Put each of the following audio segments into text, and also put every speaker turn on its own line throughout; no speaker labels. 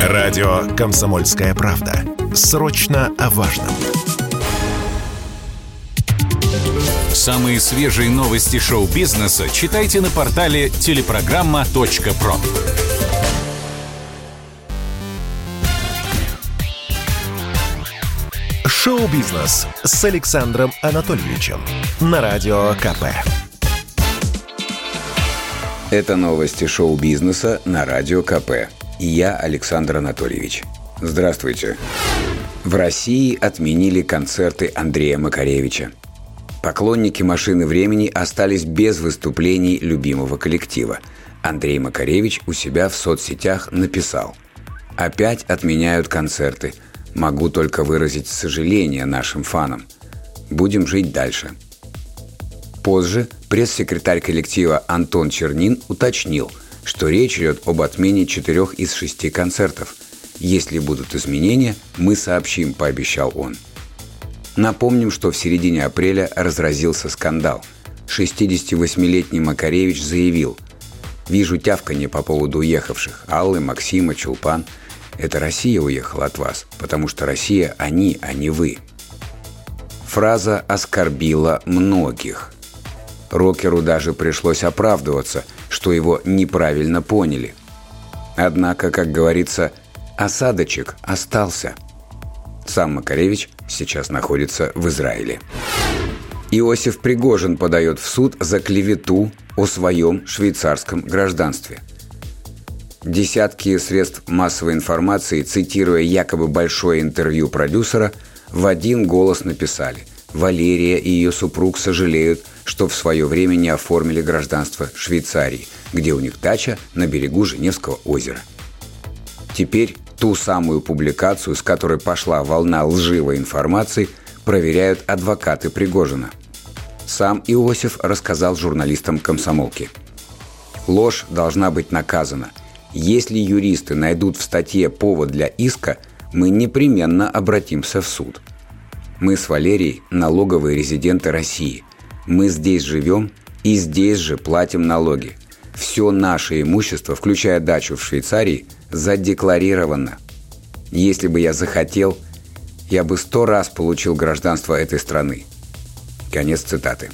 Радио «Комсомольская правда». Срочно о важном.
Самые свежие новости шоу-бизнеса читайте на портале телепрограмма.про.
Шоу-бизнес с Александром Анатольевичем на Радио КП.
Это новости шоу-бизнеса на Радио КП. И я, Александр Анатольевич. Здравствуйте. В России отменили концерты Андрея Макаревича. Поклонники «Машины времени» остались без выступлений любимого коллектива. Андрей Макаревич у себя в соцсетях написал: «Опять отменяют концерты. Могу только выразить сожаление нашим фанам. Будем жить дальше». Позже пресс-секретарь коллектива Антон Чернин уточнил, что речь идет об отмене 4 из 6 концертов. «Если будут изменения, мы сообщим», – пообещал он. Напомним, что в середине апреля разразился скандал. 68-летний Макаревич заявил: «Вижу тявканье по поводу уехавших. Аллы, Максима, Чулпан. Это Россия уехала от вас, потому что Россия – они, а не вы». Фраза оскорбила многих. Рокеру даже пришлось оправдываться, что его неправильно поняли. Однако, как говорится, осадочек остался. Сам Макаревич сейчас находится в Израиле. Иосиф Пригожин подает в суд за клевету о своем швейцарском гражданстве. Десятки средств массовой информации, цитируя якобы большое интервью продюсера, в один голос написали: Валерия и ее супруг сожалеют, что в свое время не оформили гражданство Швейцарии, где у них дача на берегу Женевского озера. Теперь ту самую публикацию, с которой пошла волна лживой информации, проверяют адвокаты Пригожина. Сам Иосиф рассказал журналистам «Комсомолки». Ложь должна быть наказана. Если юристы найдут в статье повод для иска, мы непременно обратимся в суд. Мы с Валерией налоговые резиденты России. Мы здесь живем и здесь же платим налоги. Все наше имущество, включая дачу в Швейцарии, задекларировано. Если бы я захотел, я бы 100 раз получил гражданство этой страны». Конец цитаты.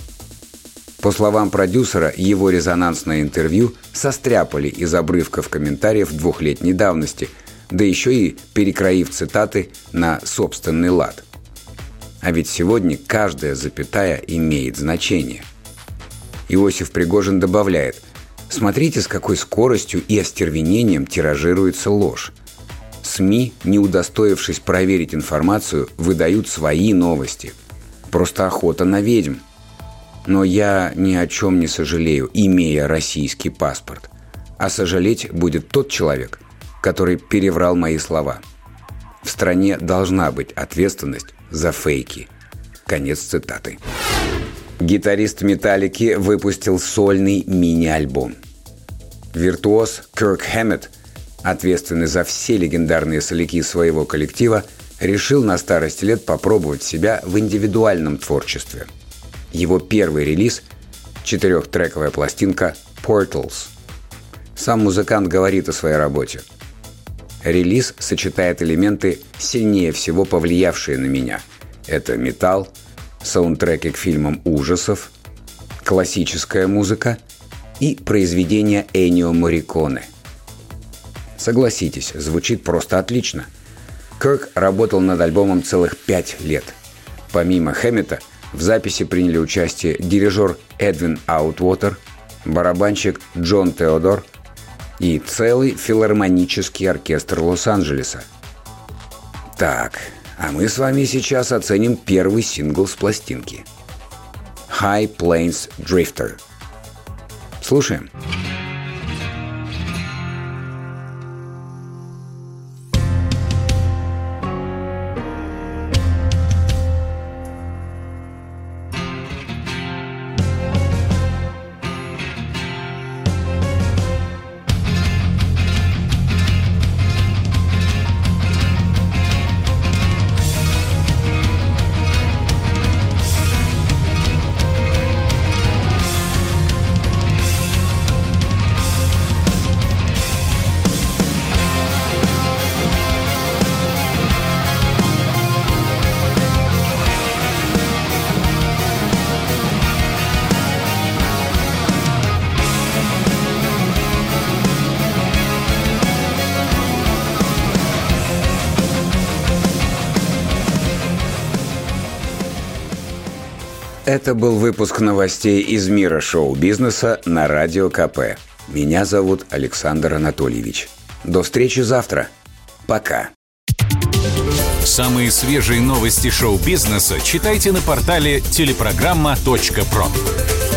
По словам продюсера, его резонансное интервью состряпали из обрывков комментариев 2-летней давности, да еще и перекроив цитаты на собственный лад. А ведь сегодня каждая запятая имеет значение. Иосиф Пригожин добавляет: «Смотрите, с какой скоростью и остервенением тиражируется ложь. СМИ, не удостоившись проверить информацию, выдают свои новости. Просто охота на ведьм. Но я ни о чем не сожалею, имея российский паспорт. А сожалеть будет тот человек, который переврал мои слова. В стране должна быть ответственность за фейки». Конец цитаты. Гитарист «Металлики» выпустил сольный мини-альбом. Виртуоз Кирк Хэммет, ответственный за все легендарные соляки своего коллектива, решил на старости лет попробовать себя в индивидуальном творчестве. Его первый релиз – 4-трековая пластинка «Portals». Сам музыкант говорит о своей работе: «Релиз сочетает элементы, сильнее всего повлиявшие на меня. Это металл, саундтреки к фильмам ужасов, классическая музыка и произведения Эннио Морриконе». Согласитесь, звучит просто отлично. Кирк работал над альбомом целых 5 лет. Помимо Хэммета в записи приняли участие дирижер Эдвин Аутвотер, барабанщик Джон Теодор и целый филармонический оркестр Лос-Анджелеса. Так, а мы с вами сейчас оценим первый сингл с пластинки. High Plains Drifter. Слушаем. Это был выпуск новостей из мира шоу-бизнеса на Радио КП. Меня зовут Александр Анатольевич. До встречи завтра. Пока.
Самые свежие новости шоу-бизнеса читайте на портале телепрограмма.про.